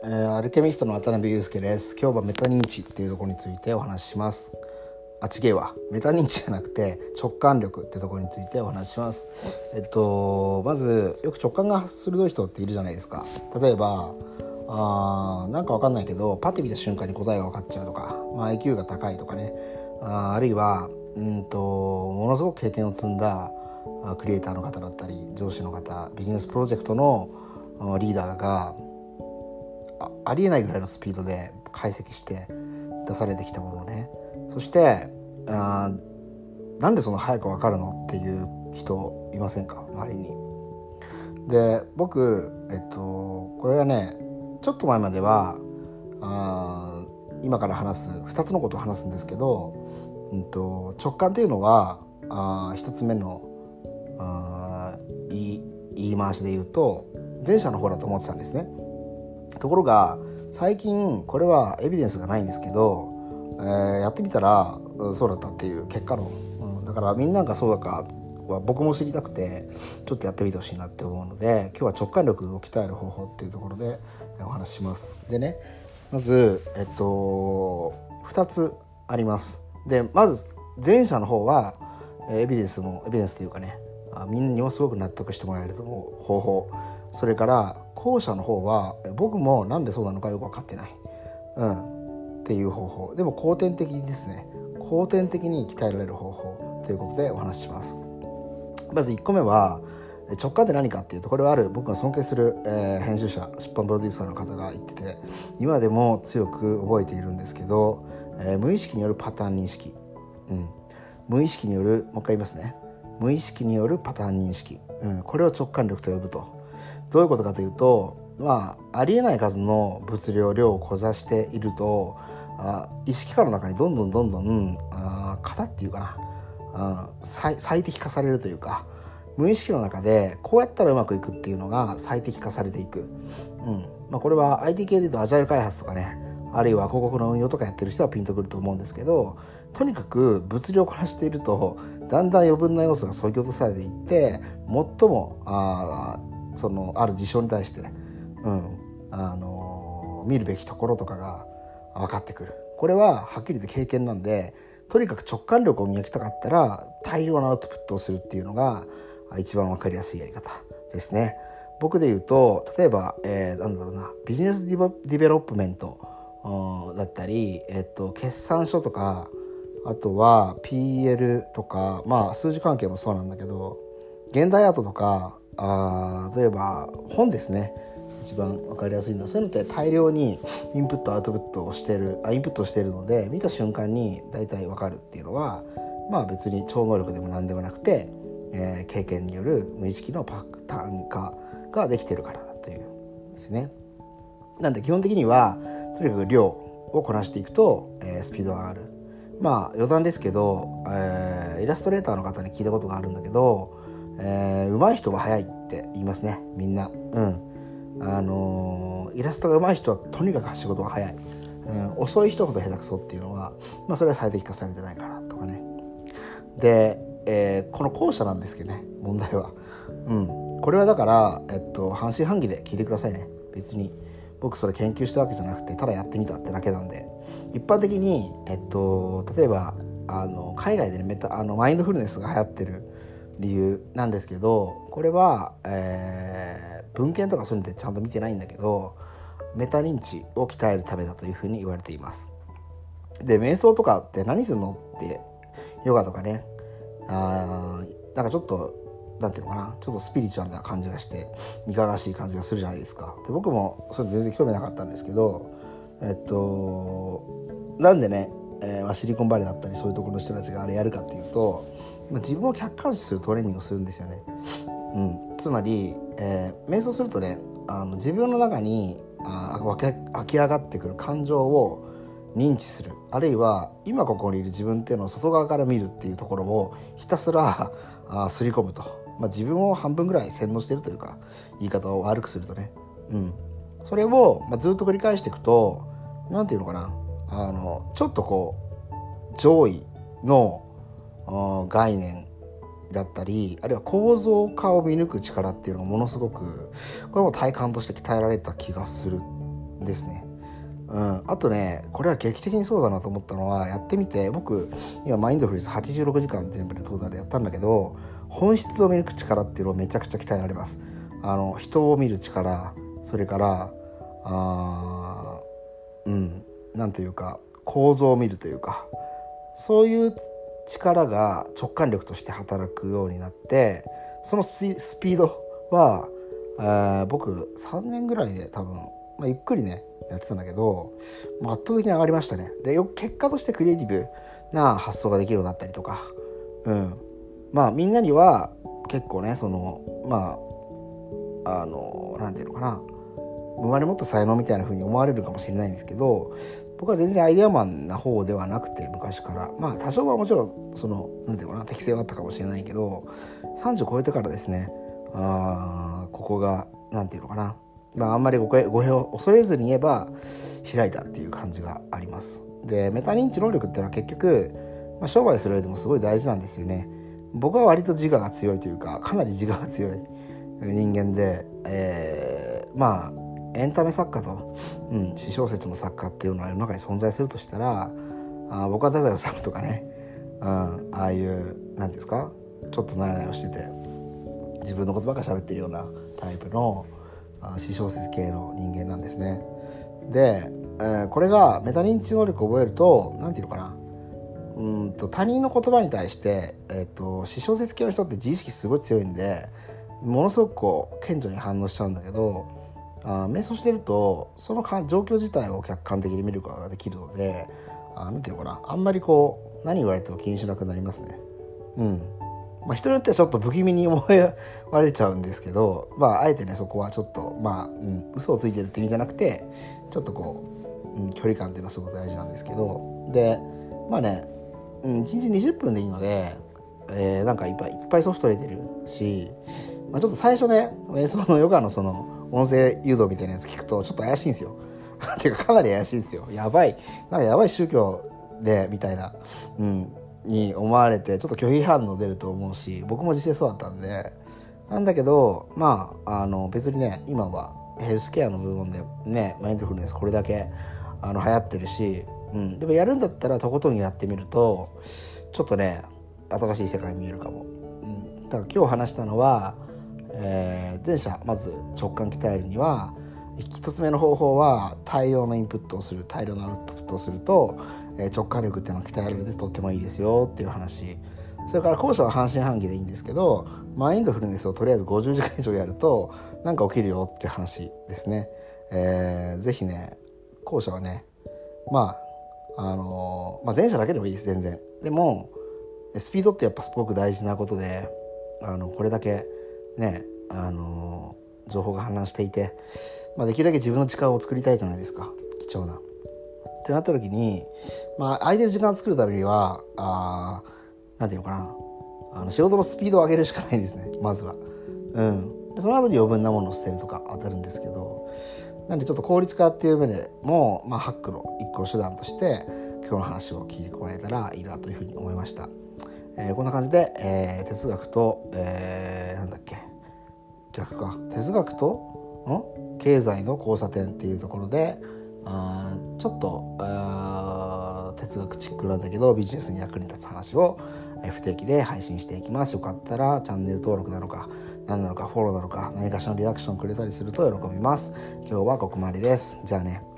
アルケミストの渡辺裕介です。今日はメタ認知っていうところについてお話しします。違えわ。メタ認知じゃなくて直感力っていうところについてお話しします。まずよく直感が鋭い人っているじゃないですか。例えばなんかわかんないけどパッて見た瞬間に答えが分かっちゃうとか、IQ が高いとかね、あるいはものすごく経験を積んだクリエイターの方だったり上司の方、ビジネスプロジェクトのリーダーがありえないぐらいのスピードで解析して出されてきたものをね、そしてなんでそんな早く分かるのっていう人いませんか、周りに。で僕、これはねちょっと前までは今から話す2つのことを話すんですけど、直感っていうのは1つ目の言い回しで言うと前者の方だと思ってたんですね。ところが最近これはエビデンスがないんですけど、やってみたらそうだったっていう結果論、だからみんながそうだかは僕も知りたくてちょっとやってみてほしいなって思うので、今日は直感力を鍛える方法っていうところでお話しします。でね、まず2つあります。でまず前者の方はエビデンスというかね、みんなにもすごく納得してもらえると思う方法。それから後者の方は僕もなんでそうなのかよく分かってない、っていう方法。でも後天的ですね。後天的に鍛えられる方法ということでお話しします。まず1個目は直感って何かっていうと、これはある僕が尊敬する、編集者、出版プロデューサーの方が言ってて今でも強く覚えているんですけど、無意識によるパターン認識、無意識による、もう一回言いますね、無意識によるパターン認識、これを直感力と呼ぶと。どういうことかというと、ありえない数の物量をこざしていると意識化の中にどんどん型っていうかな、最適化されるというか、無意識の中でこうやったらうまくいくっていうのが最適化されていく、これは IT 系でいうとアジャイル開発とかね、あるいは広告の運用とかやってる人はピンとくると思うんですけど、とにかく物量をこなしているとだんだん余分な要素が削ぎ落とされていって、最もある事象に対して、見るべきところとかが分かってくる。これははっきり言って経験なんで、とにかく直感力を磨きたかったら大量のアウトプットをするっていうのが一番分かりやすいやり方ですね。僕で言うと例えば、ビジネスディベロップメントだったり、決算書とか、あとは PL とか、数字関係もそうなんだけど、現代アートとか例えば本ですね、一番分かりやすいのは。そういうのって大量にインプットアウトプットをしているので、見た瞬間に大体分かるっていうのは別に超能力でも何でもなくて、経験による無意識のパターン化ができているからだというですね。なんで基本的にはとにかく量をこなしていくと、スピードが上がる。余談ですけど、イラストレーターの方に聞いたことがあるんだけど、上手い人は早いって言いますね、みんな。イラストが上手い人はとにかく仕事が早い、遅い人ほど下手くそっていうのは、それは最適化されてないからとかね。で、この後者なんですけどね、問題は、これはだから、半信半疑で聞いてくださいね。別に僕それ研究したわけじゃなくて、ただやってみたってだけなんで。一般的に、例えば海外でねマインドフルネスが流行ってる理由なんですけど、これは、文献とかそういうのでちゃんと見てないんだけど、メタ認知を鍛えるためだというふうに言われています。で瞑想とかって何するのって、ヨガとかね、なんかちょっとなんていうのかな、ちょっとスピリチュアルな感じがしていかがわしい感じがするじゃないですか。で僕もそれ全然興味なかったんですけど、なんでね、シリコンバレーだったりそういうところの人たちがあれやるかっていうと、自分を客観視するトレーニングをするんですよね。つまり、瞑想するとね、自分の中に湧き上がってくる感情を認知する、あるいは今ここにいる自分っていうのを外側から見るっていうところをひたすらすり込むと、自分を半分ぐらい洗脳しているというか、言い方を悪くするとね、それを、ずっと繰り返していくと、なんていうのかな、ちょっとこう上位の概念だったり、あるいは構造化を見抜く力っていうのがものすごく、これも体感として鍛えられた気がする。 ですね。あとね、これは劇的にそうだなと思ったのは、やってみて僕今マインドフルネス86時間全部でトータルでやったんだけど、本質を見る力っていうのをめちゃくちゃ鍛えられます。人を見る力、それからなんていうか構造を見るというか、そういう力が直感力として働くようになって、そのスピードは僕3年ぐらいで多分、ゆっくりねやってたんだけど、圧倒的に上がりましたね。で結果としてクリエイティブな発想ができるようになったりとか、みんなには結構ね、そのなんていうのかな、生まれ持った才能みたいな風に思われるかもしれないんですけど、僕は全然アイデアマンな方ではなくて、昔から多少はもちろんそのなんていうのかな、適性はあったかもしれないけど、30超えてからですね、ここがなんていうのかな、あんまり語弊を恐れずに言えば開いたっていう感じがあります。でメタ認知能力っていうのは結局、商売する上でもすごい大事なんですよね。僕は割と自我が強いというか、かなり自我が強い人間で、エンタメ作家と、詩小説の作家っていうのは世の中に存在するとしたら、僕は太宰治とかね、ああいうなんですか、ちょっとなやなやをしてて自分のことばっか喋ってるようなタイプの詩小説系の人間なんですね。で、これがメタ認知能力を覚えると、なんていうのかな、他人の言葉に対して、詩小説系の人って自意識すごい強いんで、ものすごくこう顕著に反応しちゃうんだけど、瞑想してるとその状況自体を客観的に見ることができるので、なんていうのかな、あんまりこう何言われても気にしなくなりますね。人によってはちょっと不気味に思われちゃうんですけど、あえてねそこはちょっと嘘をついてるって意味じゃなくて、ちょっとこう、距離感っていうのはすごく大事なんですけど、で1日20分でいいので、なんかいっぱいソフト入れてるし、ちょっと最初ね、瞑想のヨガのその音声誘導みたいなやつ聞くとちょっと怪しいんですよていうかかなり怪しいんですよ。やばい宗教でみたいな、に思われてちょっと拒否反応出ると思うし、僕も実際そうだったんで、なんだけど別にね、今はヘルスケアの部分でね、マインドフルネスこれだけ流行ってるし、でもやるんだったらとことんやってみるとちょっとね新しい世界見えるかも。だから今日話したのは、前者まず直感鍛えるには、一つ目の方法は大量のインプットをする、大量のアウトプットをすると、直感力っていうのを鍛えられてとってもいいですよっていう話。それから後者は半信半疑でいいんですけど、マインドフルネスをとりあえず50時間以上やるとなんか起きるよっていう話ですね。ぜひね、後者はね、前者だけでもいいです、全然。でもスピードってやっぱすごく大事なことで、これだけね、情報が氾濫していて、できるだけ自分の時間を作りたいじゃないですか、貴重な。ってなった時に、空いてる時間を作るためにはなんていうのかな、仕事のスピードを上げるしかないですね、まずは。でその後に余分なものを捨てるとか当たるんですけど、なんでちょっと効率化っていう面でも、ハックの一個の手段として今日の話を聞いてもらえたらいいなというふうに思いました。こんな感じで、哲学と、哲学と経済の交差点っていうところで、ちょっと哲学チックなんだけどビジネスに役に立つ話を不定期で配信していきます。よかったらチャンネル登録なのか何なのかフォローなのか何かしらのリアクションくれたりすると喜びます。今日はここまでです。じゃあね。